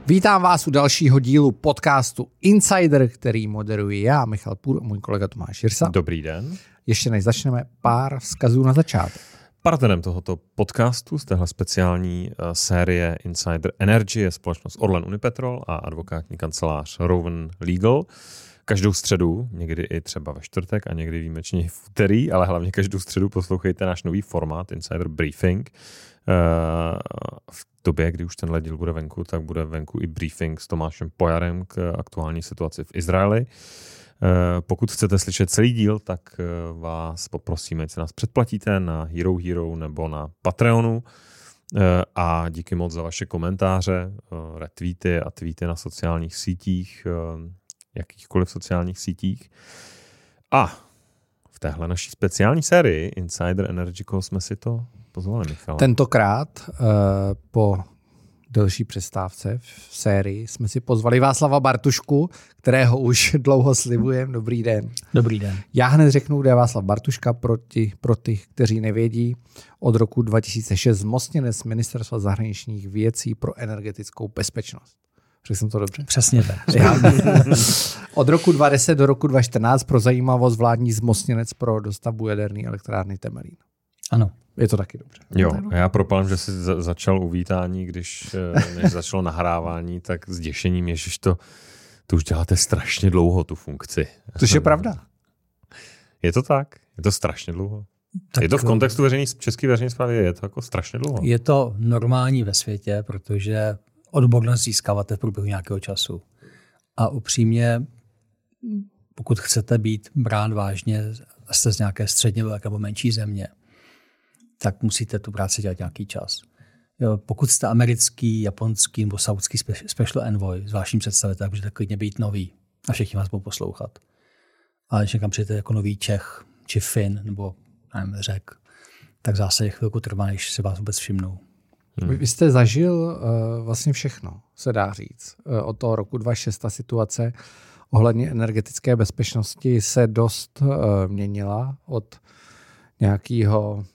Vítám vás u dalšího dílu podcastu Insider, který moderuji já, Michal Půr, a můj kolega Tomáš Jirsa. Dobrý den. Ještě než začneme, pár vzkazů na začátek. Partnerem tohoto podcastu z téhle speciální série Insider Energy je společnost Orlen Unipetrol a advokátní kancelář Rowan Legal. Každou středu, někdy i třeba ve čtvrtek a někdy výjimečně v úterý, ale hlavně každou středu poslouchejte náš nový formát Insider Briefing. V době, kdy už tenhle díl bude venku, tak bude venku i briefing s Tomášem Pojarem k aktuální situaci v Izraeli. Pokud chcete slyšet celý díl, tak vás poprosíme, jestli nás předplatíte na Hero nebo na Patreonu. A díky moc za vaše komentáře, retweety a tweety na sociálních sítích, jakýchkoliv sociálních sítích. A v téhle naší speciální sérii Insider Energy jsme si to pozvali, Michale. Tentokrát po delší přestávce v sérii jsme si pozvali Václava Bartušku, kterého už dlouho slibujeme. Dobrý den. Dobrý den. Já hned řeknu, kde je Václav Bartuška pro ty, kteří nevědí. Od roku 2006 zmocněnec Ministerstva zahraničních věcí pro energetickou bezpečnost. Řekl jsem to dobře? Přesně tak. Od roku 2010 do roku 2014 pro zajímavost vládní zmocněnec pro dostavbu jaderné elektrárny Temelín. Ano. Je to taky dobře. Jo, já propálím, že jsi začal uvítání, než začalo nahrávání, tak s děšením, ježiš, to už děláte strašně dlouho, tu funkci. Což je pravda. Je to tak? Je to strašně dlouho? Tak je to v kontextu české veřejné správy, je to jako strašně dlouho? Je to normální ve světě, protože odbornost získáváte v průběhu nějakého času. A upřímně, pokud chcete být brán vážně, jste z nějaké středně velké nebo menší země, tak musíte tu práci dělat nějaký čas. Jo, pokud jste americký, japonský nebo saudský special envoy, zvláštní představitel, tak můžete klidně být nový a všichni vás budou poslouchat. Ale když někam přijete jako nový Čech, či Fin, nebo nevím, Řek, tak zase chvilku trvá, než se vás vůbec všimnou. Vy jste zažil vlastně všechno, se dá říct. Od toho roku 2006 ta situace ohledně energetické bezpečnosti se dost měnila od nějakého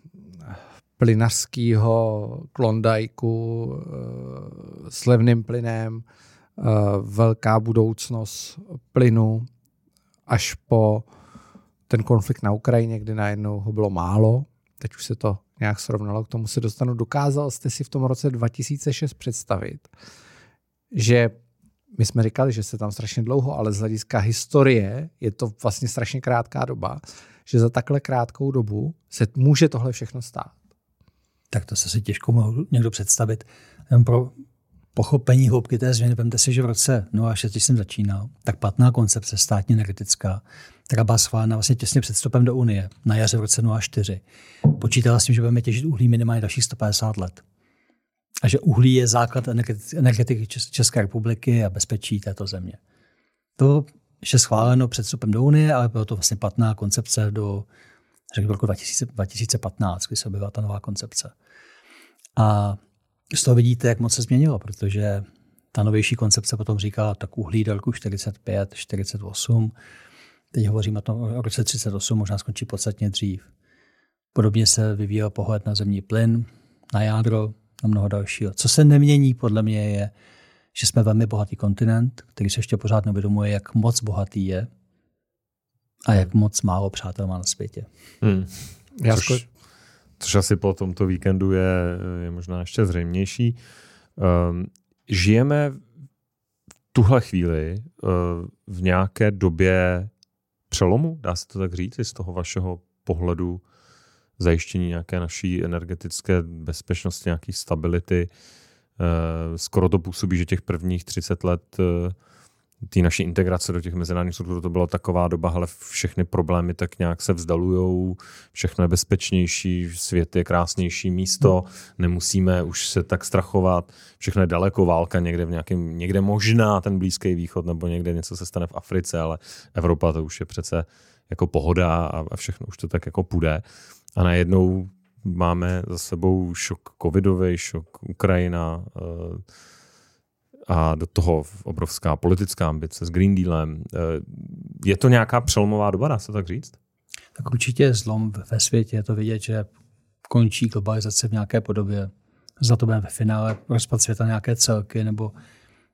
plynařského klondajku s levným plynem, velká budoucnost plynu, až po ten konflikt na Ukrajině, kdy najednou ho bylo málo. Teď už se to nějak srovnalo, k tomu se dostanu. Dokázal jste si v tom roce 2006 představit, že my jsme říkali, že jste tam strašně dlouho, ale z hlediska historie je to vlastně strašně krátká doba, že za takhle krátkou dobu se může tohle všechno stát. Tak to se si těžko mohl někdo představit. Pro pochopení hloubky té změny, vemte si, že v roce 2006, když jsem začínal, tak platná koncepce státní energetická, která byla schválena vlastně těsně před vstupem do Unie, na jaře v roce 2004, počítala s tím, že budeme těžit uhlí minimálně dalších 150 let. A že uhlí je základ energetiky České republiky a bezpečí této země. To je schváleno před vstupem do Unie, ale bylo to vlastně platná koncepce do roku 2015, kdy se objevila ta nová koncepce. A z toho vidíte, jak moc se změnilo, protože ta novější koncepce potom říkala tak uhlí do roku 45, 48. Teď hovoříme o roce 38, možná skončí podstatně dřív. Podobně se vyvíjel pohled na zemní plyn, na jádro, na mnoho dalšího. Co se nemění, podle mě, je, že jsme velmi bohatý kontinent, který se ještě pořád neuvědomuje, jak moc bohatý je a jak moc málo přátel má na světě. Což asi po tomto víkendu je možná ještě zřejmější. Žijeme v tuhle chvíli v nějaké době přelomu, dá se to tak říct, z toho vašeho pohledu zajištění nějaké naší energetické bezpečnosti, nějaké stability. Skoro to působí, že těch prvních 30 let té naší integrace do těch mezinárodních struktur, to byla taková doba, ale všechny problémy tak nějak se vzdalujou, všechno je bezpečnější, svět je krásnější místo, nemusíme už se tak strachovat, všechno je daleko, válka někde možná ten Blízký východ, nebo někde něco se stane v Africe, ale Evropa to už je přece jako pohoda a všechno už to tak jako půjde. A najednou máme za sebou šok covidový, šok Ukrajina, a do toho obrovská politická ambice s Green Dealem. Je to nějaká přelomová doba, dá se tak říct? Tak určitě je zlom ve světě. Je to vidět, že končí globalizace v nějaké podobě. Za to budeme ve finále rozpad světa nějaké celky nebo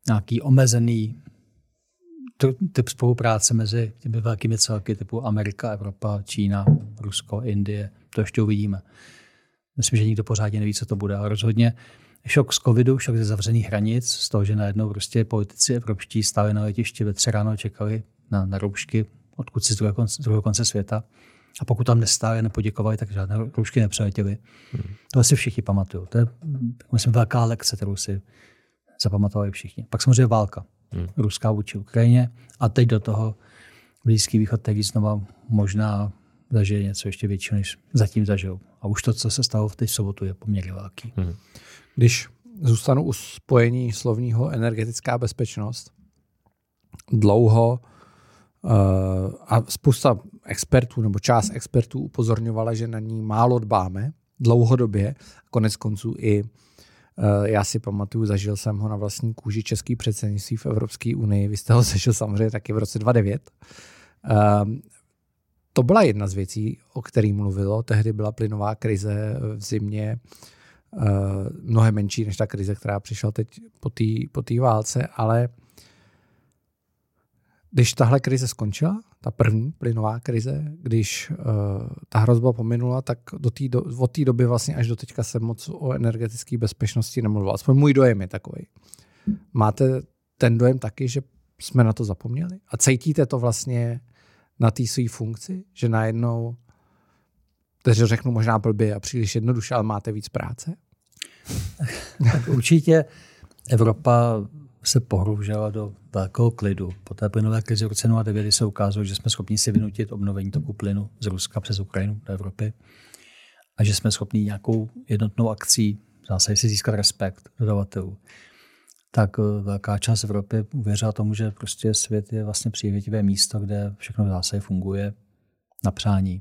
nějaký omezený typ spolupráce mezi těmi velkými celky typu Amerika, Evropa, Čína, Rusko, Indie. To ještě uvidíme. Myslím, že nikdo pořádně neví, co to bude, ale rozhodně šok z covidu, šok ze zavřených hranic, z toho, že najednou prostě politici evropští stáli na letišti ve 3 ráno, čekali na roušky, odkud si z druhého konce světa. A pokud tam nestáli a nepoděkovali, tak žádné roušky nepřeletěly. To si všichni pamatují. To je, myslím, velká lekce, kterou si zapamatovali všichni. Pak samozřejmě válka. Ruská vůči Ukrajině. A teď do toho Blízký východ, který znova možná zažije něco ještě většího, než zatím zažil. A už to, co se stalo v té sobotu, je poměrně velký. Když zůstanu u spojení slovního energetická bezpečnost, dlouho a spousta expertů nebo část expertů upozorňovala, že na ní málo dbáme dlouhodobě. Konec konců i já si pamatuju, zažil jsem ho na vlastní kůži český předsednictví v Evropské unii. Vy jste ho zažil samozřejmě taky v roce 2009. To byla jedna z věcí, o které mluvilo. Tehdy byla plynová krize v zimě mnohem menší než ta krize, která přišla teď po té válce, ale když tahle krize skončila, ta první plynová krize, když ta hrozba pominula, tak od té doby vlastně až do teďka se moc o energetické bezpečnosti nemluvilo. Aspoň můj dojem je takový. Máte ten dojem taky, že jsme na to zapomněli? A cítíte to vlastně na té své funkci, že najednou, takže řeknu možná blbě a příliš jednoduše, ale máte víc práce? Tak určitě Evropa se pohroužela do velkého klidu. Po té plynové krizi v roce 2009 se ukázalo, že jsme schopni si vynutit obnovení toku plynu z Ruska přes Ukrajinu do Evropy a že jsme schopni nějakou jednotnou akcí zase si získat respekt dodavatelů. Tak velká část Evropy uvěřila tomu, že prostě svět je vlastně přívětivé místo, kde všechno v zásadě funguje na přání.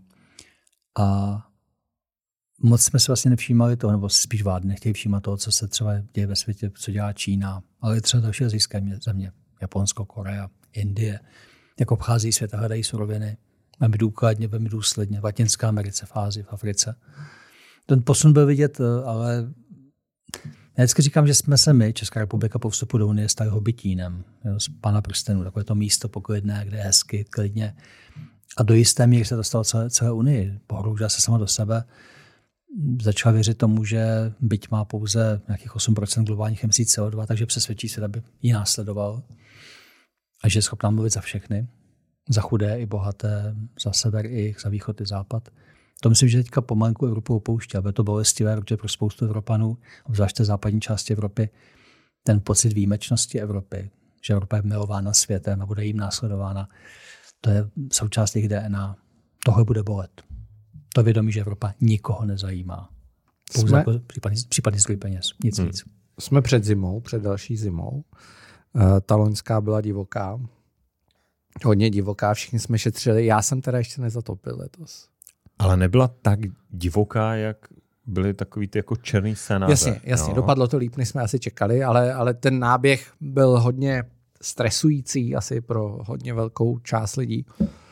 A moc jsme se vlastně nevšímali toho, nebo spíš vlády nechtějí všímat toho, co se třeba děje ve světě, co dělá Čína, ale třeba další azijské země, Japonsko, Korea, Indie, jak obchází svět a hledají suroviny, velmi důkladně, velmi důsledně, v Latinské Americe, v Ázii, v Africe. Ten posun byl vidět, ale já vždycky říkám, že jsme se my, Česká republika po vstupu do Unie, stali Hobbitínem, z Pána prstenů, takové to místo poklidné, kde je hezky, klidně. A do jisté míry se dostalo celé Unii. Pohroužila se sama do sebe. Začala věřit tomu, že byť má pouze nějakých 8% globálních emisí CO2, takže přesvědčí se, aby ji následoval. A že je schopná mluvit za všechny. Za chudé i bohaté, za sever i za východ i západ. To myslím, že teďka pomalinku Evropu opouští, aby to bolestivé, protože pro spoustu Evropanů, obzvláště v západní části Evropy, ten pocit výjimečnosti Evropy, že Evropa je milována světem a bude jim následována, to je součást jejich DNA. Tohle bude bolet. To vědomí, že Evropa nikoho nezajímá. Pouze jako případný zdroj peněz. Nic víc. Jsme před zimou, před další zimou. Ta loňská byla divoká. Hodně divoká, všichni jsme šetřili. Já jsem teda ještě nezatopil letos. Ale nebyla tak divoká, jak byly takový ty jako černý scénáře. Jasně. No. Dopadlo to líp, než jsme asi čekali, ale ten náběh byl hodně stresující asi pro hodně velkou část lidí.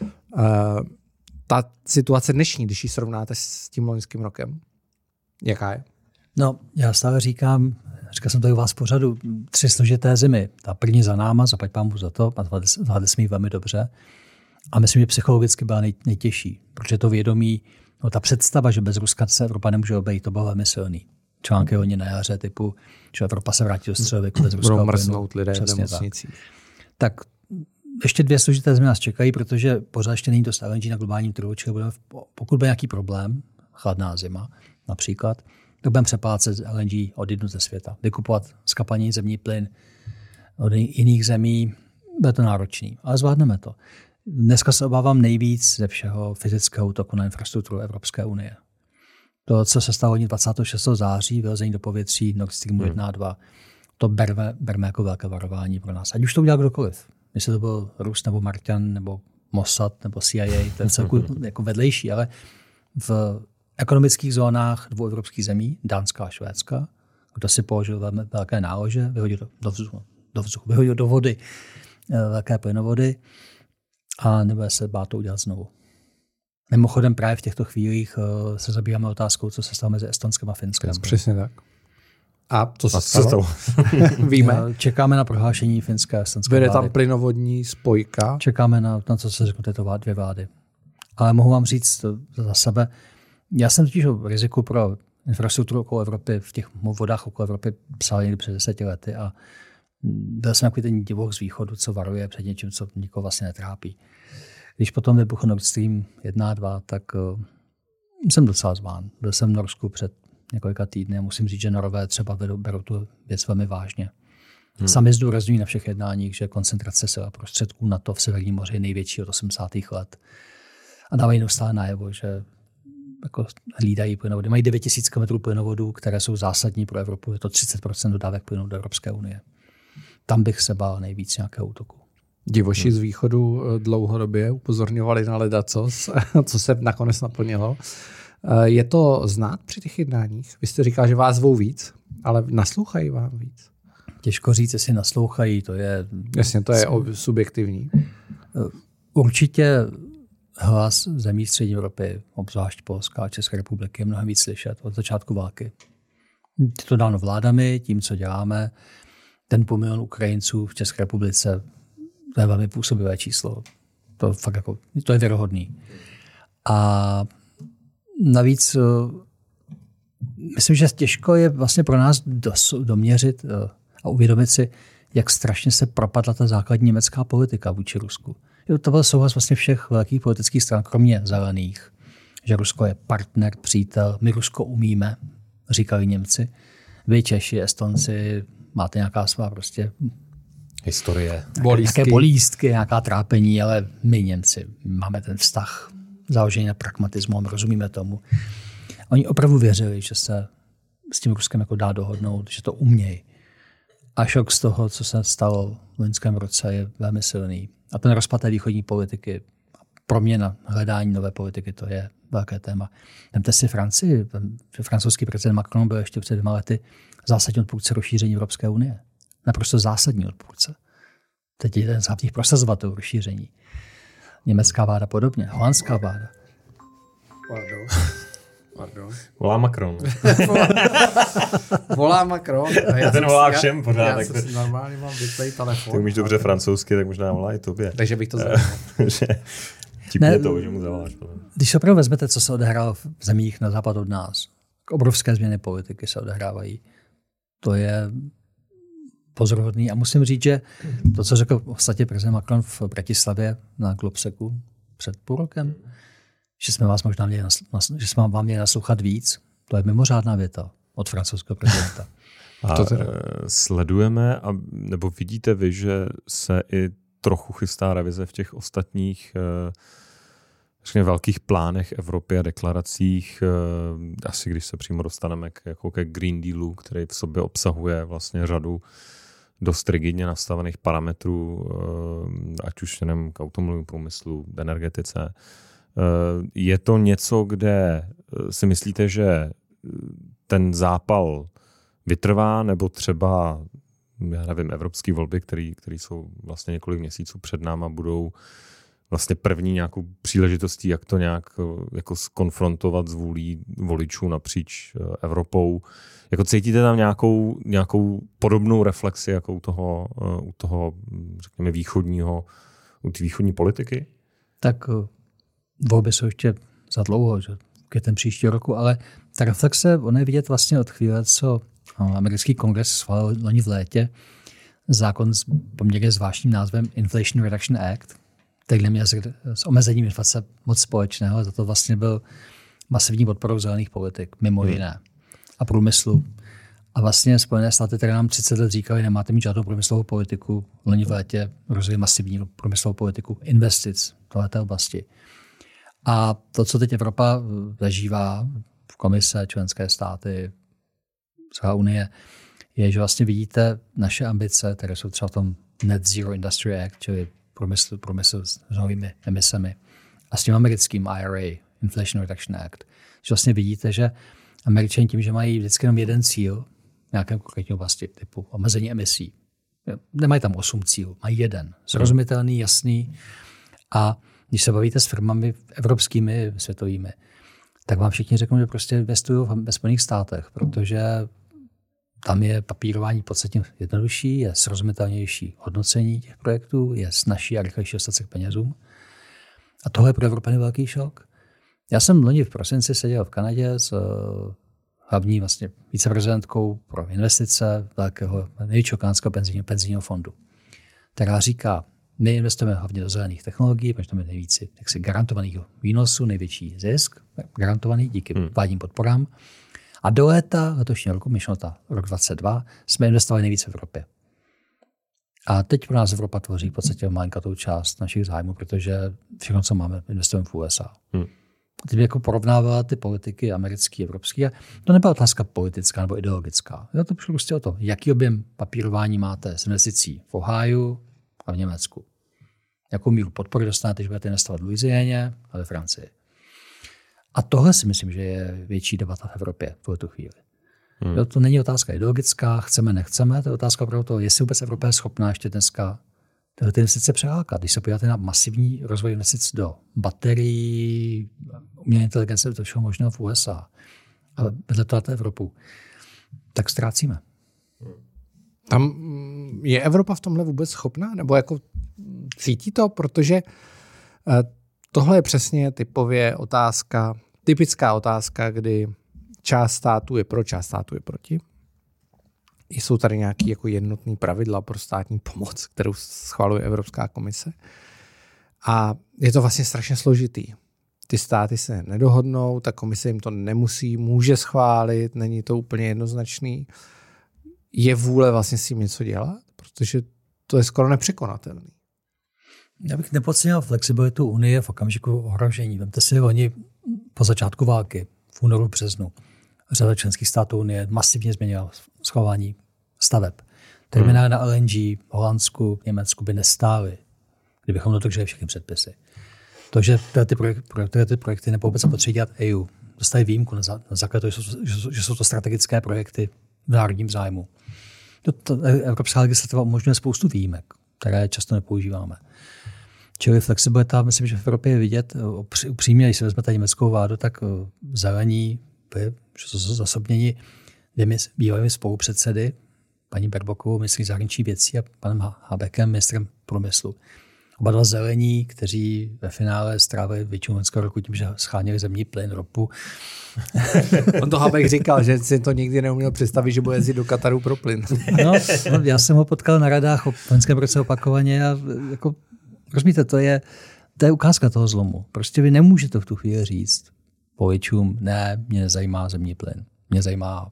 Ta situace dnešní, když ji srovnáte s tím loňským rokem, jaká je? No, já stále říkal jsem to i u vás pořadu, 3 složité zimy. Ta první za náma, zaplať pánbůh za to, a zvládli jsme ji velmi dobře. A myslím, že psychologicky byla nejtěžší, protože to vědomí, no, ta představa, že bez Ruska se Evropa nemůže obejít, to bylo velmi silný. Články hodně na jaře typu, že Evropa se vrátí do středověku bez Ruska. Budou mrznout lidé v nemocnicích. Tak ještě 2 složité zimy nás čekají, protože pořád ještě není dost LNG na globálním trhu, čili pokud bude nějaký problém, chladná zima například, tak budeme přeplácet LNG odjít ze světa. Vykupovat zkapaný zemní plyn od jiných zemí, bude to náročný, ale zvládneme to. Dneska se obávám nejvíc ze všeho fyzického útoku na infrastrukturu Evropské unie. To, co se stalo 26. září, vylezení do povětří Nord Streamu 1 a 2, to berme jako velké varování pro nás. Ať už to udělal kdokoliv. Jestli to byl Rus nebo Marťan nebo Mossad nebo CIA, to je celku jako vedlejší, ale v ekonomických zónách 2 evropských zemí, Dánska a Švédska, kdo si položil velké nálože, vyhodil do vzduchu, vyhodil do vody velké plynovody a nebude se bát to udělat znovu. Mimochodem právě v těchto chvílích se zabýváme otázkou, co se stalo mezi Estonskem a Finskem. Přesně tak. A co se stalo? Víme. Čekáme na prohlášení finské a estonské vlády. Bude tam plynovodní spojka. Čekáme na co se řeknou tyto dvě vlády. Ale mohu vám říct za sebe, já jsem totiž o riziku pro infrastrukturu okolo Evropy, v těch vodách okolo Evropy psal někdy před 10 lety a byl jsem takový ten divoch z východu, co varuje před něčím, co nikoho vlastně netrápí. Když potom vybuchl Nord Stream 1 a 2, tak jsem docela zván. Byl jsem v Norsku před několika týdny a musím říct, že Norové třeba berou tu věc velmi vážně. Sami zdůrazňují na všech jednáních, že koncentrace sil a prostředků NATO v Severním moři je největší od 80. let. A dávají neustále najevo, že jako hlídají plynovody. Mají 9000 km plynovodů, které jsou zásadní pro Evropu. Je to 30% dodávek plynu do Evropské unie. Tam bych se bál nejvíc nějakého útoku. Divoši z východu dlouhodobě upozorňovali na ledacos, co se nakonec naplnilo. Je to znát při těch jednáních? Vy jste říkal, že vás zvou víc, ale naslouchají vám víc? Těžko říct, jestli naslouchají, to je... Jasně, to je subjektivní. Určitě hlas zemí střední Evropy, obzvlášť Polska a České republiky, je mnohem víc slyšet od začátku války. Je to dáno vládami, tím, co děláme. Ten 500 000 Ukrajinců v České republice, to je velmi působivé číslo. To fakt jako, to je věrohodný. A navíc myslím, že těžko je vlastně pro nás doměřit a uvědomit si, jak strašně se propadla ta základní německá politika vůči Rusku. To byl souhlas vlastně všech velkých politických stran, kromě zelených, že Rusko je partner, přítel, my Rusko umíme, říkali Němci. Vy Češi, Estonci, máte nějaká svá prostě historie. Nějaké bolístky, nějaká trápení, ale my Němci máme ten vztah založený na pragmatismu a rozumíme tomu. Oni opravdu věřili, že se s tím Ruskem jako dá dohodnout, že to umějí. A šok z toho, co se stalo v loňském roce, je velmi silný. A ten rozpad té východní politiky, proměna, hledání nové politiky, to je velké téma. Vemte si Francii, že francouzský prezident Macron byl ještě před 2 lety zásadní odpůrce rozšíření Evropské unie. Naprosto zásadní odpůrce. Teď je jeden z hlavních prosazovatelů rozšíření. Německá vláda podobně, holandská vláda. Pardon. Volá Macron. Volá Macron. Ten volá všem pořád. Já normálně mám vyplej telefon. Ty umíš dobře francouzsky, tak možná volá i tobě. Takže bych to zajímal. Tipně to, že mu zavoláš. Když se opravdu vezmete, co se odehrálo v zemích na západ od nás, obrovské změny politiky se odehrávají. To je pozoruhodný. A musím říct, že to, co řekl v podstatě prezident Macron v Bratislavě na Globseku před půl rokem, že jsme vás možná měli naslouchat víc, to je mimořádná věta od francouzského prezidenta. A sledujeme, nebo vidíte vy, že se i trochu chystá revize v těch ostatních velkých plánech Evropy a deklaracích, asi když se přímo dostaneme ke Green Dealu, který v sobě obsahuje vlastně řadu dost rigidně nastavených parametrů, ať už jenom k automobilovému průmyslu, energetice. Je to něco, kde si myslíte, že ten zápal vytrvá, nebo třeba, já nevím, evropské volby, které jsou vlastně několik měsíců před náma, budou vlastně první nějakou příležitostí, jak to nějak jako skonfrontovat s vůlí voličů napříč Evropou. Jako cítíte tam nějakou podobnou reflexi jako u toho řekněme, u té východní politiky? Tak volby jsou ještě za dlouho, že květen příštího roku, ale ta reflexe, ona je vidět vlastně od chvíle, co americký kongres schválil loni v létě zákon s poměrně zvláštním názvem Inflation Reduction Act, který neměl s omezením inflace moc společného, ale za to vlastně byl masivní podporou zelených politik, mimo jiné, a průmyslu. A vlastně Spojené státy, které nám 30 let říkali, nemáte mít žádnou průmyslovou politiku, loni v létě rozvíjí masivní průmyslovou politiku investic v této oblasti. A to, co teď Evropa zažívá v komise, členské státy, celá Unie, je, že vlastně vidíte naše ambice, které jsou třeba v tom Net Zero Industry Act, čili průmysl s novými emisemi, a s tím americkým IRA, Inflation Reduction Act, že vlastně vidíte, že Američané tím, že mají vždycky jenom jeden cíl v nějaké konkrétní oblasti, typu omezení emisí. Nemají tam 8 cílů, mají jeden. Srozumitelný, jasný. A když se bavíte s firmami evropskými, světovými, tak vám všichni řeknou, že prostě investují ve Spojených státech, protože Tam je papírování podstatně jednodušší, je srozumitelnější hodnocení těch projektů, je snazší a rychlejší dostat se k penězům. A tohle je pro Evropany velký šok. Já jsem loni v prosinci seděl v Kanadě s hlavní vlastně viceprezidentkou pro investice velkého největšího kanadského penzijního fondu, která říká, my investujeme hlavně do zelených technologií, protože tam je nejvíc garantovaných výnosů, největší zisk, garantovaný díky vládním podporám. A do léta letošního roku, myšleno rok 2022, jsme investovali nejvíc v Evropě. A teď pro nás Evropa tvoří v podstatě malinkatou část našich zájmů, protože všechno, co máme, investujeme v USA. Teď jako porovnávala ty politiky americký, evropský. A to nebyla otázka politická nebo ideologická. Je to prostě o to, jaký objem papírování máte s investicí v Ohiu a v Německu. Jakou míru podpory dostanete, když budete investovat v Louisianě a ve Francii. A tohle si myslím, že je větší debata v Evropě v tuto chvíli. To není otázka ideologická, chceme, nechceme, to je otázka pro to, jestli vůbec Evropa je schopná ještě dneska tyhle investice přelákat. Když se podíváte na masivní rozvoj investic do baterií, umělé inteligence, do všeho možného v USA, a vedle toho Evropu, tak ztrácíme. Tam je Evropa v tomhle vůbec schopná? Nebo jako cítí to? Protože tohle je přesně typově otázka, typická otázka, kdy část států je pro, část států je proti. Jsou tady nějaké jako jednotné pravidla pro státní pomoc, kterou schvaluje Evropská komise. A je to vlastně strašně složitý. Ty státy se nedohodnou, ta komise jim to může schválit, není to úplně jednoznačný. Je vůle vlastně s tím něco dělat? Protože to je skoro nepřekonatelný. Já bych nepodceňoval flexibilitu Unie v okamžiku ohrožení. Vemte si, oni po začátku války, v únoru, březnu, řada členských států Unie masivně změnila schvalování staveb. Terminály na LNG v Holandsku, v Německu by nestály, kdybychom dodrželi všechny předpisy. To, že ty projekty nebo vůbec potřebují dělat EU, dostali výjimku na základě toho, že jsou to strategické projekty v národním zájmu. Evropská legislativa umožňuje spoustu výjimek, které často nepoužíváme. Čili flexibilita, myslím, že v Evropě je vidět. Upřímně, když si vezmete německou vládu, tak zelení, že jsou zasobněni dvěmi bývalými spolupředsedy, paní Baerbokovou, ministryní zahraničních věcí, a panem Habeckem, ministrem průmyslu. Oba dva zelení, kteří ve finále strávili většinu loňského roku tím, že scháněli zemní plyn, ropu. On to Habeck říkal, že si to nikdy neuměl představit, že bude jezdit do Kataru pro plyn. No, já jsem ho potkal na radách v loňském roce opakovaně a jako, rozumíte, to je ukázka toho zlomu. Prostě vy nemůžete v tu chvíli říct voličům, ne, mě nezajímá zemní plyn, mě zajímá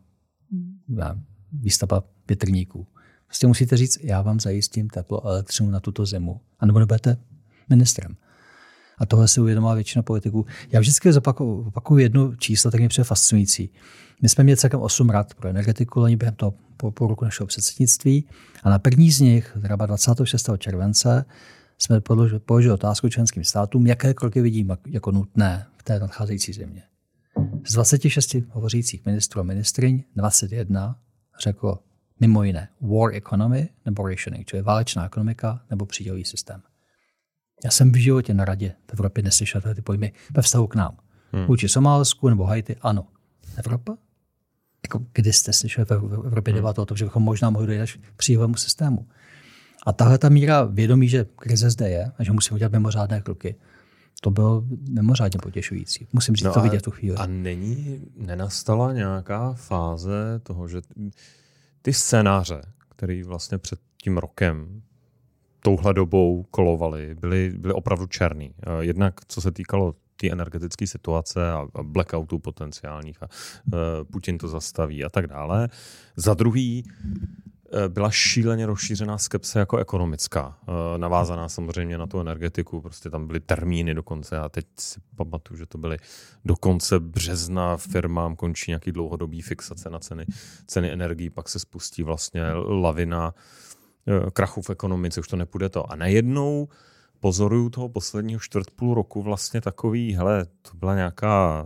výstavba větrníků. Prostě musíte říct, já vám zajistím teplo a elektřinu na tuto zimu. A nebo nebudete ministrem. A tohle si uvědomila většina politiků. Já vždycky opakuju jedno číslo, tak mě přijde fascinující. My jsme měli celkem 8 rad pro energetiku loni během toho půl roku našeho předsednictví a na první z nich, která byla 26. července, jsme položili otázku členským státům, jaké kroky vidím jako nutné v té nadcházející zimě. Z 26 hovořících ministrů a ministryň 21 řeklo mimo jiné war economy nebo rationing, čili válečná ekonomika nebo přídělový systém. Já jsem v životě na radě v Evropě neslyšel ty pojmy ve vztahu k nám. Vůči Somálsku nebo Haiti, ano. Evropa? Jako, kdy jste slyšeli v Evropě debatu o tom, že bychom možná mohli dojít až k přídělovému systému. A tahle ta míra vědomí, že krize zde je a že musíme udělat mimořádné kroky, to bylo mimořádně potěšující. Musím říct, to vidět v tu chvíli. A nenastala nějaká fáze toho, že ty scénáře, které vlastně před tím rokem touhle dobou kolovaly, byly opravdu černý. Jednak co se týkalo té energetické situace a blackoutů potenciálních a Putin to zastaví a tak dále. Za druhý byla šíleně rozšířená skepse jako ekonomická. Navázaná samozřejmě na tu energetiku, prostě tam byly termíny dokonce. A teď si pamatuju, že to byly do konce března firmám končí nějaký dlouhodobý fixace na ceny energií, pak se spustí vlastně lavina krachu v ekonomice, už to nepůjde to. A najednou pozoruju toho posledního čtvrtpůl roku vlastně takový, hele, to byla nějaká,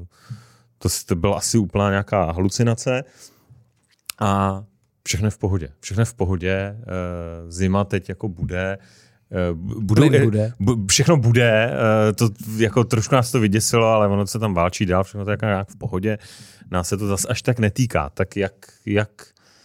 to byla asi úplná nějaká halucinace a všechno je v pohodě, zima teď jako bude, všechno bude, to jako trošku nás to vyděsilo, ale ono se tam válčí dál, všechno to jako nějak v pohodě, nás se to zase až tak netýká, tak jak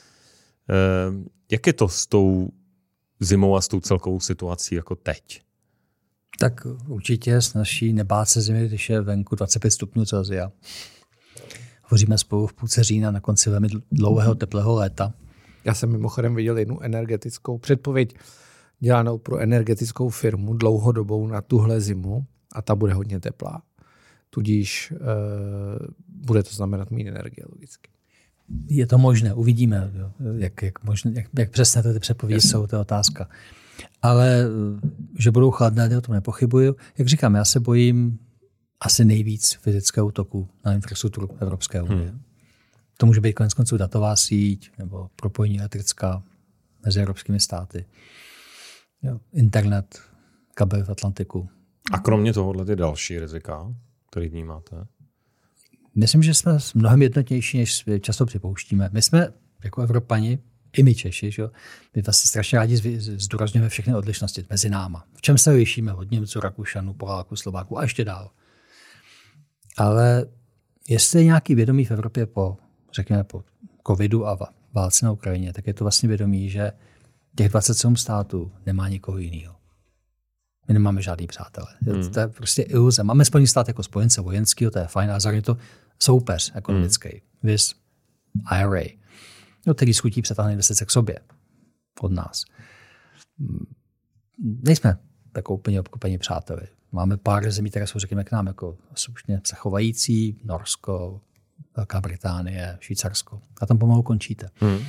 Jak je to s tou zimou a s tou celkovou situací jako teď? Tak určitě snaží nebát se zimy, když je venku 25 stupňů Celsia. Hovoříme spolu v půlce října na konci velmi dlouhého teplého léta. Já jsem mimochodem viděl jednu energetickou předpověď dělanou pro energetickou firmu dlouhodobou na tuhle zimu a ta bude hodně teplá. Tudíž bude to znamenat méně energie logicky. Je to možné, uvidíme, jak přesně ty předpovědi jsou, to je otázka. Ale že budou chladné, o tom nepochybuju. Jak říkám, já se bojím asi nejvíc fyzického útoku na infrastrukturu Evropské unie. To může být koneckonců datová síť nebo propojení elektrická mezi evropskými státy. Jo, internet, kabel v Atlantiku. A kromě tohohle ty další rizika, který vnímáte? Myslím, že jsme mnohem jednotnější, než často připouštíme. My jsme jako Evropani, i my Češi, že? My vlastně strašně rádi zdůrazňujeme všechny odlišnosti mezi náma. V čem se lišíme od Němců, Rakušanů, Poláků, Slováků a ještě dál. Ale jestli je nějaký vědomí v Evropě po covidu a válce na Ukrajině, tak je to vlastně vědomí, že těch 27 států nemá nikoho jiného. My nemáme žádný přátelé. To je prostě iluze. Máme Spojený stát jako spojence vojenského, to je fajn, a zároveň to soupeř ekonomický. Viz IRA. No, který schutí přetáhnout investice k sobě od nás. Nejsme tak úplně obklopení přáteli. Máme pár zemí, které jsou, řekněme, k nám jako slušně se chovající, Norsko, Velká Británie, Švýcarsko. A tam pomalu končíte.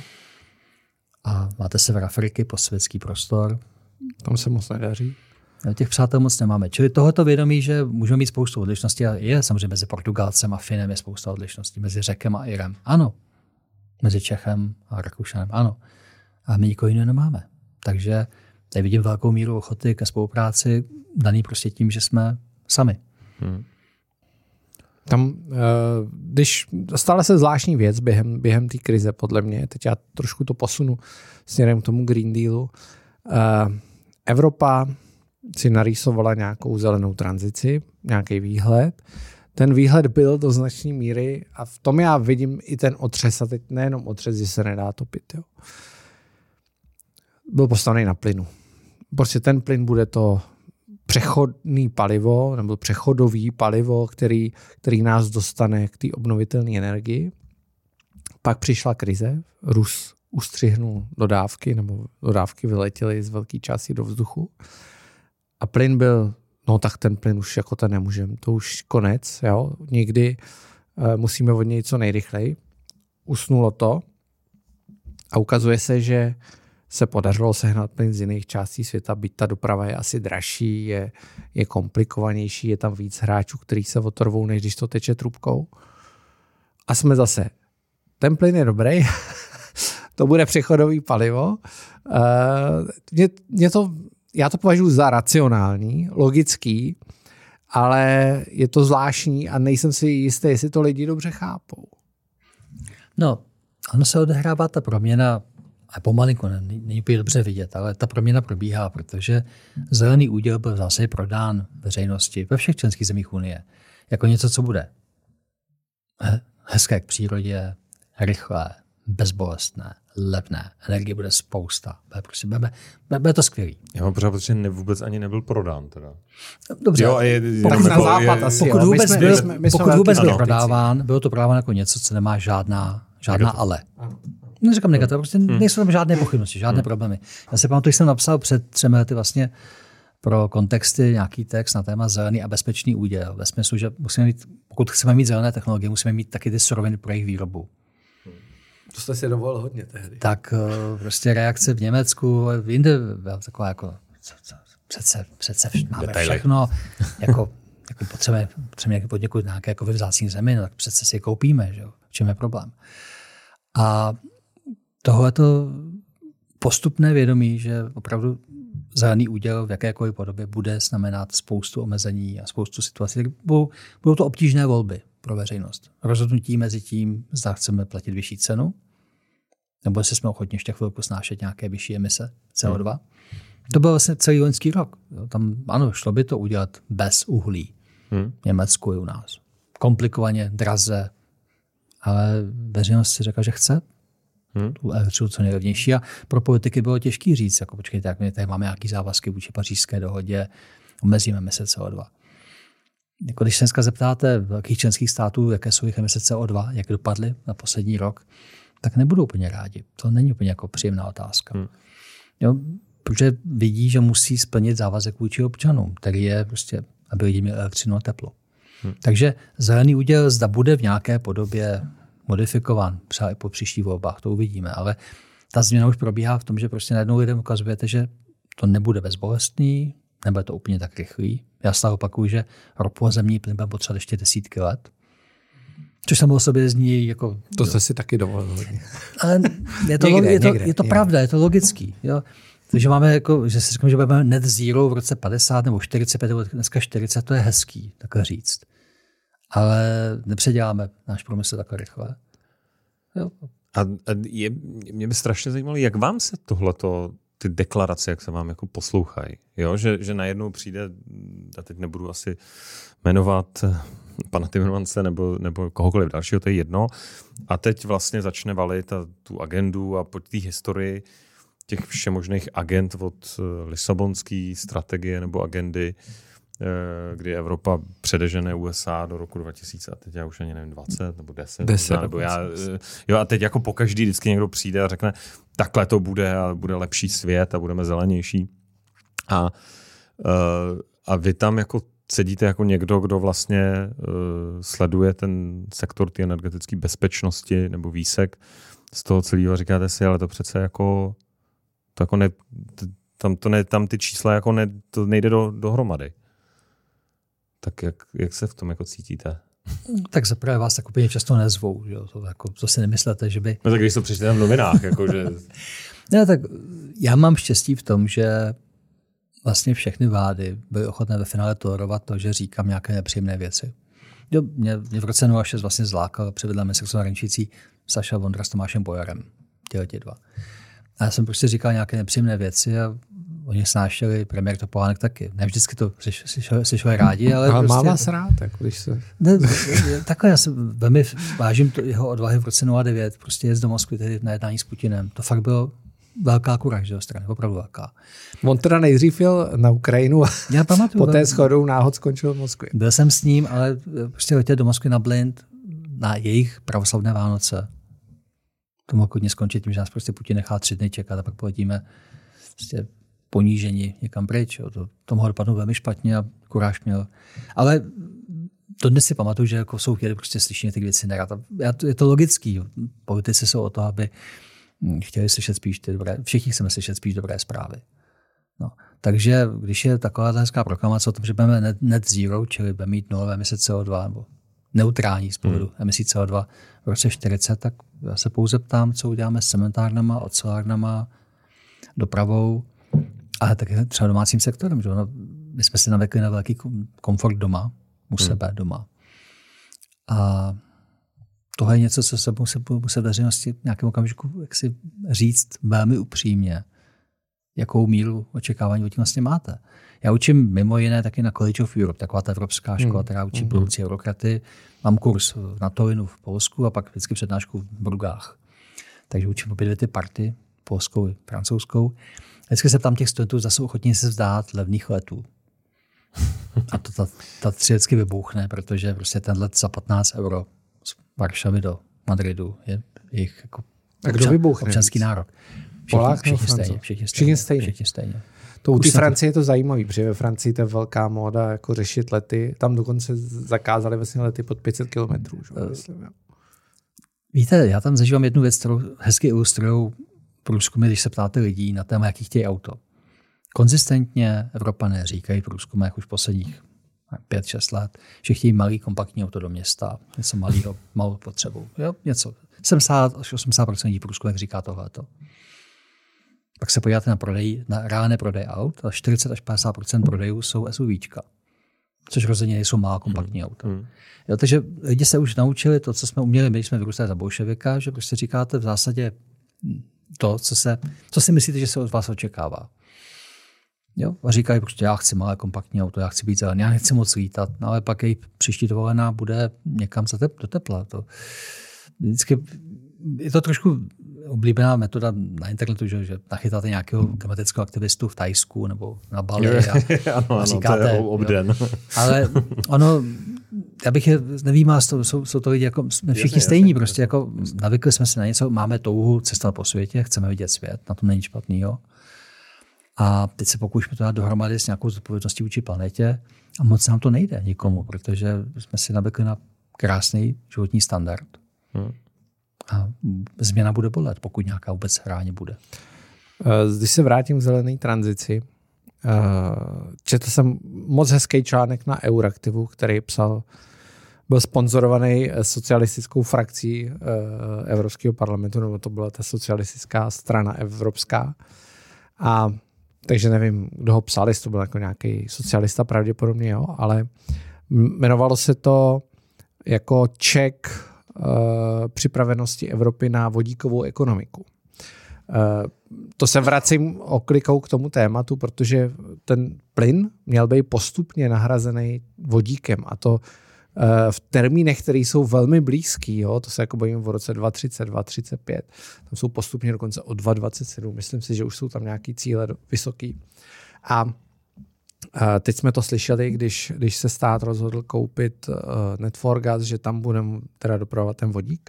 A máte sever Afriky, postsovětský prostor. Tam se moc nedaří. Těch přátel moc nemáme. Čili tohoto vědomí, že můžeme mít spoustu odlišností, a je samozřejmě mezi Portugalcem a Finem je spousta odlišností, mezi Řekem a Irem. Ano. Mezi Čechem a Rakušanem. Ano. A my nikoho jiného nemáme. Takže tady vidím velkou míru ochoty ke spolupráci, daný prostě tím, že jsme sami. Tam, když stále se zvláštní věc během té krize, podle mě, teď já trošku to posunu směrem k tomu Green Dealu. Evropa si narýsovala nějakou zelenou tranzici, nějaký výhled. Ten výhled byl do značné míry a v tom já vidím i ten otřes, a teď nejenom otřes, že se nedá topit. Jo. Byl postavený na plynu. Prostě ten plyn bude to přechodný palivo nebo přechodový palivo, který nás dostane k té obnovitelné energii. Pak přišla krize, Rus ustřihnul dodávky, nebo dodávky vyletěly z velké části do vzduchu. A plyn byl, no tak ten plyn už jako ten nemůžeme, to už konec, jo. Někdy musíme od něj co nejrychleji. Usnulo to a ukazuje se, že se podařilo sehnat plyn z jiných částí světa, byť ta doprava je asi dražší, je komplikovanější, je tam víc hráčů, kteří se otorvou, než když to teče trubkou. A jsme zase, ten plyn je dobrý, to bude přechodový palivo. Já to považuji za racionální, logický, ale je to zvláštní a nejsem si jistý, jestli to lidi dobře chápou. No, ono se odehrává ta proměna, a pomalinku, není úplně dobře vidět, ale ta proměna probíhá, protože zelený úděl byl zase prodán veřejnosti ve všech členských zemích Unie jako něco, co bude hezké k přírodě, rychlé, bezbolestné, levné. Energie bude spousta. Bude to skvělý. Já mám pořád, protože vůbec ani nebyl prodán. Teda. Dobře. Jo, pokud vůbec byl prodáván, bylo to prodáván jako něco, co nemá žádná ale. Ano. Neříkám negativně, prostě nejsou tam žádné pochybnosti, žádné problémy. Já si pamatuju, že jsem napsal před 3 lety vlastně pro kontexty nějaký text na téma zelený a bezpečný úděl. Ve smyslu, že musíme mít, pokud chceme mít zelené technologie, musíme mít taky ty suroviny pro jejich výrobu. To jste si dovolil hodně tehdy. Tak prostě reakce v Německu, jinde taková jako, přece máme všechno, jako potřebujeme od někud nějaké jako ve vzácné zemi, no tak přece si je koupíme, že jo? V čem je problém? A tohleto postupné vědomí, že opravdu zelený úděl v jakékoliv podobě bude znamenat spoustu omezení a spoustu situací, tak budou to obtížné volby pro veřejnost. Rozhodnutí mezi tím, zda chceme platit vyšší cenu, nebo jestli jsme ochotni ještě chvilku snášet nějaké vyšší emise CO2. To byl vlastně celý loňský rok. Tam, ano, šlo by to udělat bez uhlí. V Německu i u nás. Komplikovaně, draze, ale veřejnost si řekla, že chce. tu elektřinu co nejlevnější. A pro politiky bylo těžké říct, jako počkejte, jak my tady máme nějaký závazky vůči Pařížské dohodě, omezíme emise CO2. Jako když se dneska zeptáte velkých členských států, jaké jsou jejich emise CO2, jak dopadly na poslední rok, tak nebudou úplně rádi. To není úplně jako příjemná otázka. Jo, protože vidí, že musí splnit závazek vůči občanům, který je prostě, aby lidi měli elektřinu a teplo. Takže zelený úděl zda bude v nějaké podobě modifikován, třeba i po příštích volbách, to uvidíme, ale ta změna už probíhá v tom, že prostě najednou lidem ukazujete, že to nebude bezbolestný, nebude to úplně tak rychlý. Já stále opakuju, že ropu a zemní plyn bude potřebovat ještě desítky let. Což samo o sobě zní jako... To jste si taky dovolil. Ale je to pravda, je to logický. Jo. Takže máme jako, že si říkám, že budeme net zero v roce 50 nebo 45, nebo dneska 40, to je hezký, takhle říct. Ale nepředěláme náš průmysl takhle rychle. Jo. A mě by strašně zajímalo, jak vám se tohleto, ty deklarace, jak se vám jako poslouchají. Jo? Že najednou přijde, a teď nebudu asi jmenovat pana Timmermanse nebo kohokoliv dalšího, to je jedno. A teď vlastně začne valit tu agendu a po té historii těch všemožných agend od Lisabonské strategie nebo agendy, kdy Evropa předežene USA do roku 2000 a teď já už ani nevím, 20 nebo 10 nebo a teď jako pokaždý vždycky někdo přijde a řekne, takhle to bude a bude lepší svět a budeme zelenější. A vy tam jako sedíte jako někdo, kdo vlastně sleduje ten sektor té energetické bezpečnosti nebo výsek z toho celého, říkáte si, ale to přece jako to jako tam ty čísla jako to nejde dohromady. Tak jak se v tom jako cítíte? Tak zaprvé vás tak úplně často nezvou. Že? To si nemyslete, že by... No tak když to přečtete v novinách. Jakože... Ne, tak já mám štěstí v tom, že vlastně všechny vlády byly ochotné ve finále tolerovat to, že říkám nějaké nepříjemné věci. Jo, mě v roce 2006 vlastně zlákal a přivedla ministerstvo zahraničí Saša Vondra s Tomášem Pojarem. Ti dva. A já jsem prostě říkal nějaké nepříjemné věci a oni snášeli, premiér Topolánek taky. Ne vždycky to slyšeli rádi, ale prostě... má vás rád, když se... Ne, takhle já se velmi vážím jeho odvahy v roce 2009, prostě jezd do Moskvy tedy na jednání s Putinem. To fakt bylo velká kuraž z jeho strany, opravdu velká. On teda nejdřív jel na Ukrajinu a poté shodou náhod skončil v Moskvě. Byl jsem s ním, ale prostě letěl do Moskvy na blind na jejich pravoslavné Vánoce. To mohlo klidně skončit tím, že nás prostě Putin nechá 3 dny čekat a pak poletíme prostě ponížení někam pryč. Jo. To mohlo dopadnout velmi špatně a kuráž měl. Ale to dnes si pamatuju, že jako jsou chvíli prostě slyšíme ty věci nerad. Je to logický. Jo. Politici jsou o to, aby chtěli slyšet spíš ty dobré, všichni chceme slyšet spíš dobré zprávy. No. Takže když je taková hezká proklamace o tom, že budeme net zero, čili budeme mít nulové emise CO2, nebo neutrální z pohledu emisí CO2 v roce 40, tak já se pouze ptám, co uděláme s cementárnama, ocelárnama, dopravou, ale také třeba domácím sektorem. Že? No, my jsme si navykli na velký komfort doma, u sebe doma. A tohle je něco, co se musí veřejnosti v nějakém okamžiku jak si říct velmi upřímně, jakou míru očekávání od tím vlastně máte. Já učím mimo jiné taky na College of Europe, taková ta evropská škola, která učí budoucí eurokraty. Mám kurz na Tolinu v Polsku a pak vždycky přednášku v Brugách. Takže učím obě dvě ty party, polskou i francouzskou. Vždycky se ptám těch studentů, zase jsou ochotní se vzdát levných letů. A to ta vždycky vybouchne, protože prostě ten let za 15 euro z Varšavy do Madridu je jejich jako občanský nárok. Všichni stejně. To u té Francie je to zajímavé, protože ve Francii to je velká móda jako řešit lety. Tam dokonce zakázali vlastně lety pod 500 kilometrů. Víte, já tam zažívám jednu věc, kterou hezky ilustrují průzkumy, když se ptáte lidí na téma, jaký chtějí auto. Konzistentně Evropané říkají v průzkumech už posledních 5-6 let, že chtějí malý kompaktní auto do města, něco malého, malou potřebu. Jo, něco. 70 až 80% lidí průzkumech říká tohleto. Pak se podíváte na reálné prodej aut a 40 až 50% prodejů jsou SUVčka, což rozhodně nejsou malá kompaktní auta. Jo, takže lidi se už naučili to, co jsme uměli, my jsme vyrůstali za bolševika, že prostě říkáte v zásadě to, co si myslíte, že se od vás očekává. Jo? A říkají prostě, já chci malé kompaktní auto, já chci být zelený, já nechci moc lítat, no, ale pak její příští dovolená bude někam do tepla. To vždycky je to trošku oblíbená metoda na internetu, že nachytáte nějakého klimatického aktivistu v Thajsku nebo na Bali a říkáte, to je obden. Ale ono, já bych je nevýmal, jsou to lidi, jako jsme všichni stejní, prostě jako navykli jsme si na něco, máme touhu cestovat po světě, chceme vidět svět, na tom není špatnýho. A teď se pokoušíme to dát dohromady s nějakou zodpovědností vůči planetě a moc nám to nejde nikomu, protože jsme si navykli na krásný životní standard. A změna bude bolet, pokud nějaká vůbec reálně bude. Když se vrátím k zelené tranzici, četl jsem moc hezký článek na Euraktivu, který byl sponzorovaný socialistickou frakcí Evropského parlamentu, nebo to byla ta socialistická strana evropská. A takže nevím, kdo ho psal, jestli to byl jako nějaký socialista pravděpodobně, jo, ale jmenovalo se to jako ček připravenosti Evropy na vodíkovou ekonomiku. To se vracím oklikou k tomu tématu, protože ten plyn měl být postupně nahrazený vodíkem a to v termínech, které jsou velmi blízký, jo, to se jako bavíme v roce 2030, 2035, tam jsou postupně dokonce o 2027, myslím si, že už jsou tam nějaký cíle vysoký. A teď jsme to slyšeli, když se stát rozhodl koupit Net4Gas, že tam budeme teda dopravovat ten vodík.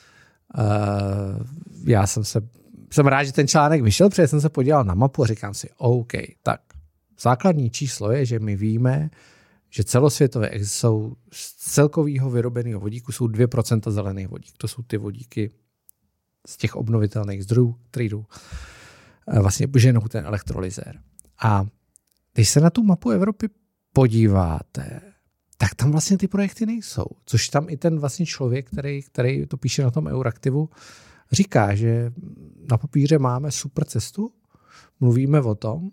Já jsem rád, že ten článek vyšel, protože jsem se podíval na mapu a říkám si, OK, tak základní číslo je, že my víme, že celosvětově jsou z celkového vyrobeného vodíku jsou 2% zelený vodík. To jsou ty vodíky z těch obnovitelných zdrojů, který jdou vlastně ženou ten elektrolyzér. A když se na tu mapu Evropy podíváte, tak tam vlastně ty projekty nejsou. Což tam i ten vlastně člověk, který to píše na tom Euraktivu, říká, že na papíře máme super cestu, mluvíme o tom,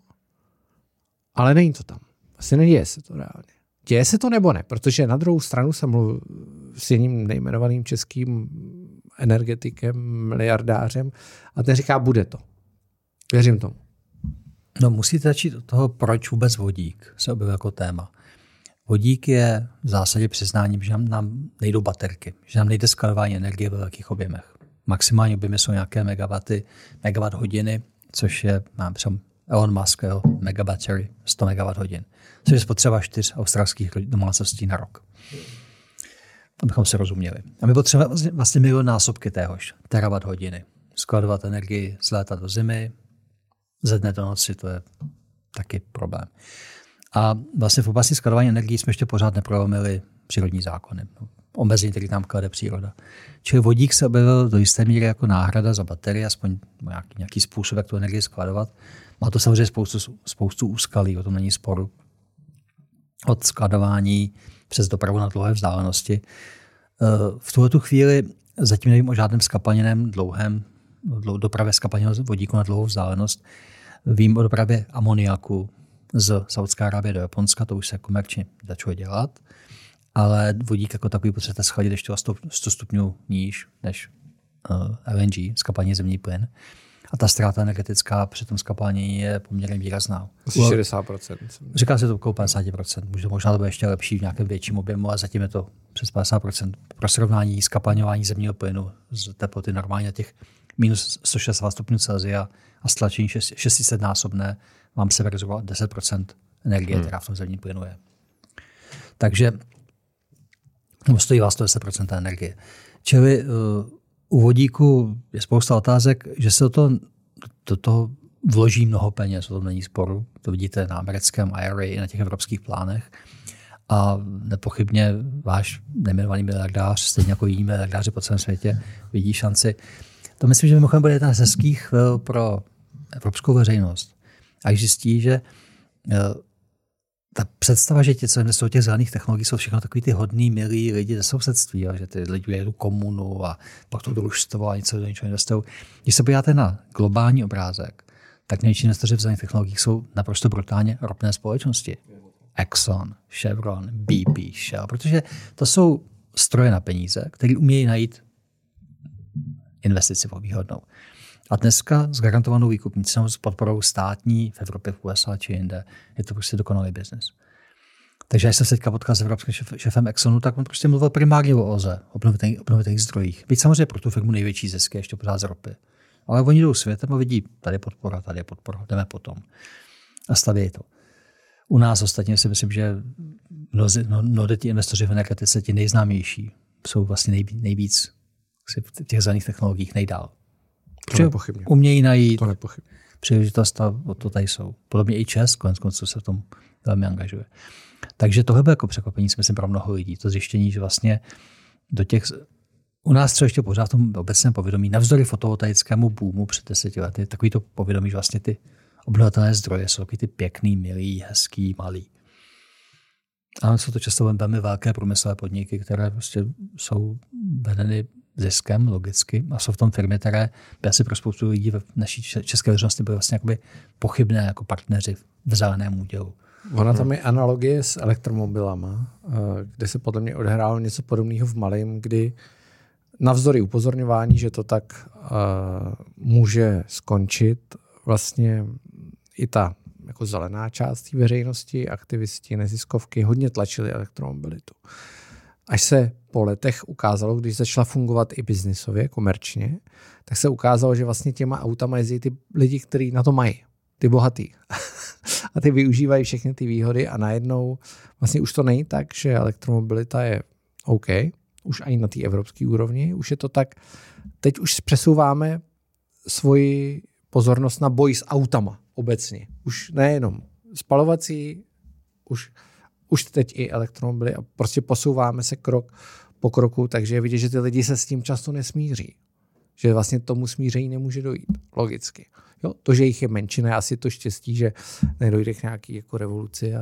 ale není to tam. Vlastně neděje se to reálně. Děje se to nebo ne? Protože na druhou stranu jsem mluvil s jedním nejmenovaným českým energetikem, miliardářem a ten říká, bude to. Věřím tomu. No musíte začít od toho, proč vůbec vodík se objevil jako téma. Vodík je v zásadě přiznáním, že nám nejdou baterky, že nám nejde skladování energie ve velkých objemech. Maximální objemy jsou nějaké megawatt hodiny, což je, mám třeba Elon Musk, megabattery, 100 megawatt hodin, což je spotřeba 4 australských domácností na rok. Abychom se rozuměli. A my potřebujeme vlastně milionásobky téhož, terawatt hodiny. Skladovat energii z léta do zimy, ze dne do noci, to je taky problém. A vlastně v oblasti skladování energií jsme ještě pořád neprolomili přírodní zákony. Omezení, který nám klade příroda. Čili vodík se objevil do jisté míry jako náhrada za baterie, aspoň nějaký způsob, jak tu energii skladovat. Má to samozřejmě spoustu úskalí, o tom není sporu. Od skladování přes dopravu na dlouhé vzdálenosti. V tuhletu chvíli zatím nevím o žádném skapalněném dopravě skapalněného vodíku na dlouhou vzdálenost. Vím o dopravě amoniaku z Saúdské Arábie do Japonska, to už se komerčně začalo dělat, ale vodík jako takový potřebujete schladit ještě o 100 stupňů níž než LNG, skapalněný zemní plyn. A ta ztráta energetická při tom skapalnění je poměrně výrazná. Asi 60%. Říká se to okolo 50%. Možná to bude ještě lepší v nějakém větším objemu, ale zatím je to přes 50%. Pro srovnání skapalňování zemního plynu z teploty normálně na těch minus 160 stupňů Celsia a stlačení 600násobné vám se rezervovat 10% energie, která v tom zemním plynu je. Takže stojí vás to 10% energie. Čili u vodíku je spousta otázek, že se do toho vloží mnoho peněz, o tom není sporu. To vidíte na americkém IRA i na těch evropských plánech. A nepochybně váš nejmenovaný miliardář, stejně jako jiní miliardáři po celém světě, vidí šanci. To myslím, že mimochodem bude jedna z hezkých chvil pro evropskou veřejnost. A když zjistí, že ta představa, že ti, co investují těch zelených technologií, jsou všechno takový ty hodný, milí lidi ze sousedství, že ty lidi jedou komunu a pak to družstvo a něco do něčeho investují. Když se podíváte na globální obrázek, tak největší investoři v zelených technologiích jsou naprosto brutálně ropné společnosti. Exxon, Chevron, BP, Shell, protože to jsou stroje na peníze, které umějí najít investici výhodnou. A dneska s garantovanou výkupní cenou, s podporou státní v Evropě, v USA či jinde, je to prostě dokonalý biznes. Takže když jsem se teďka potkal s evropským šéfem Exxonu, tak on prostě mluvil primárně o OZE, obnovitelných zdrojích. Byť samozřejmě pro tu firmu největší zisky ještě pořád z ropy. Ale oni jdou světem a vidí, tady je podpora, jdeme potom. A stavějí to. U nás ostatně si myslím, že mnozí ti investoři v energetice, ti nejznámější, jsou vlastně nejvíc v těch zelených technologiích nejdál. To nepochybně. Umějí najít to nepochybně. Příležitost a to tady jsou. Podobně i ČEZ, koneckonců se v tom velmi angažuje. Takže tohle bylo jako překvapení, si myslím, pro mnoho lidí. To zjištění, že vlastně do těch... U nás třeba ještě pořád v tom obecném povědomí, navzdory fotovoltaickému boomu před 10 lety, takový to povědomí, že vlastně ty obnovitelné zdroje jsou takový ty pěkný, milý, hezký, malý. Ale jsou to často velmi velké průmyslové podniky, které prostě jsou vedeny ziskem logicky a jsou v tom firmy, které by asi pro spoustu lidí v naší české veřejnosti byly vlastně jakoby pochybné jako partneři v zeleném údělu. Ona tam je analogie s elektromobilama, kde se podle mě odehrálo něco podobného v malém, kdy navzdory upozorňování, že to tak může skončit, vlastně i ta jako zelená část té veřejnosti, aktivisti, neziskovky hodně tlačili elektromobilitu. Až se po letech ukázalo, když začala fungovat i biznisově, komerčně, tak se ukázalo, že vlastně těma autama jezdí ty lidi, kteří na to mají, ty bohatý. A ty využívají všechny ty výhody a najednou vlastně už to není tak, že elektromobilita je OK, už ani na té evropské úrovni, už je to tak, teď už přesouváme svoji pozornost na boj s autama obecně. Už nejenom spalovací, už teď i elektromobily a prostě posouváme se krok po kroku, takže je vidět, že ty lidi se s tím často nesmíří. Že vlastně tomu smíření nemůže dojít, logicky. Jo, to, že jich je menšina, je asi to štěstí, že nedojde k nějaký jako revoluci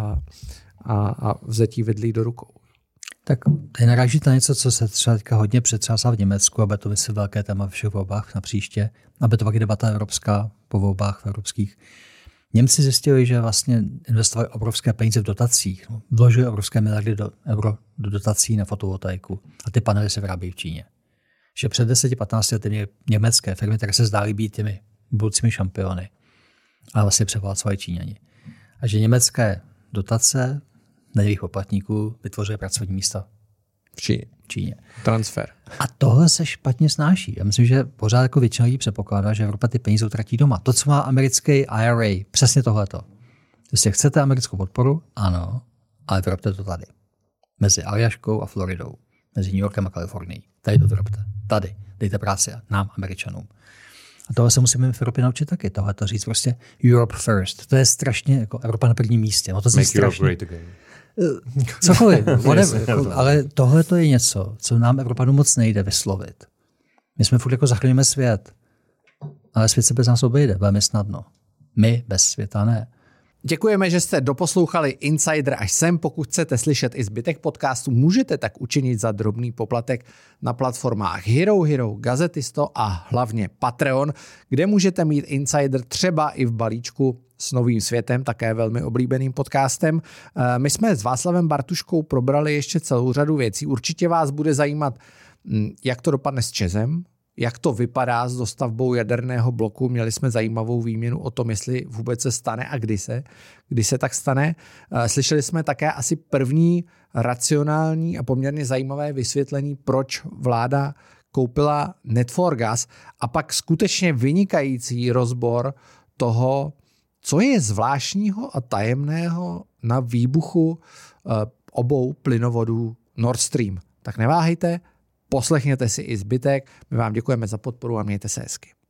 a vzetí vidlí do rukou. Tak tady narážíte na něco, co se třeba teďka hodně přetřásá v Německu, aby to vysvětlo velké téma v všech volbách na příště, aby to pak debata evropská po volbách v evropských. Němci zjistili, že vlastně investovali obrovské peníze v dotacích, vložili obrovské miliardy euro do dotací na fotovoltaiku a ty panely se vyrábějí v Číně. Že před 10-15 lety německé firmy, které se zdály být těmi budoucími šampiony, ale vlastně převálcovali Číňani. A že německé dotace daňových poplatníků vytvořily pracovní místa v Číně. Transfer. A tohle se špatně snáší. Já myslím, že pořád jako většina lidí předpokládá, že Evropa ty peníze utratí doma. To, co má americký IRA, přesně tohleto. Jestli chcete americkou podporu, ano, ale vyrobte to tady. Mezi Aljaškou a Floridou. Mezi New Yorkem a Kalifornií. Tady to vyrobte. Tady. Dejte práci nám, Američanům. A tohle se musíme v Evropě naučit taky. Tohle to říct prostě Europe first. To je strašně jako Evropa na prvním místě. No to Make Europe great again. Cokoliv, ale tohle to je něco, co nám Evropanům moc nejde vyslovit. My jsme furt jako zachráníme svět, ale svět se bez nás obejde velmi snadno. My bez světa ne. Děkujeme, že jste doposlouchali Insider až sem. Pokud chcete slyšet i zbytek podcastu, můžete tak učinit za drobný poplatek na platformách Hero, Gazetisto a hlavně Patreon, kde můžete mít Insider třeba i v balíčku s Novým světem, také velmi oblíbeným podcastem. My jsme s Václavem Bartuškou probrali ještě celou řadu věcí. Určitě vás bude zajímat, jak to dopadne s ČEZem, jak to vypadá s dostavbou jaderného bloku. Měli jsme zajímavou výměnu o tom, jestli vůbec se stane a kdy se tak stane. Slyšeli jsme také asi první racionální a poměrně zajímavé vysvětlení, proč vláda koupila Net4Gas a pak skutečně vynikající rozbor toho, co je zvláštního a tajemného na výbuchu obou plynovodů Nord Stream. Tak neváhejte, poslechněte si i zbytek. My vám děkujeme za podporu a mějte se hezky.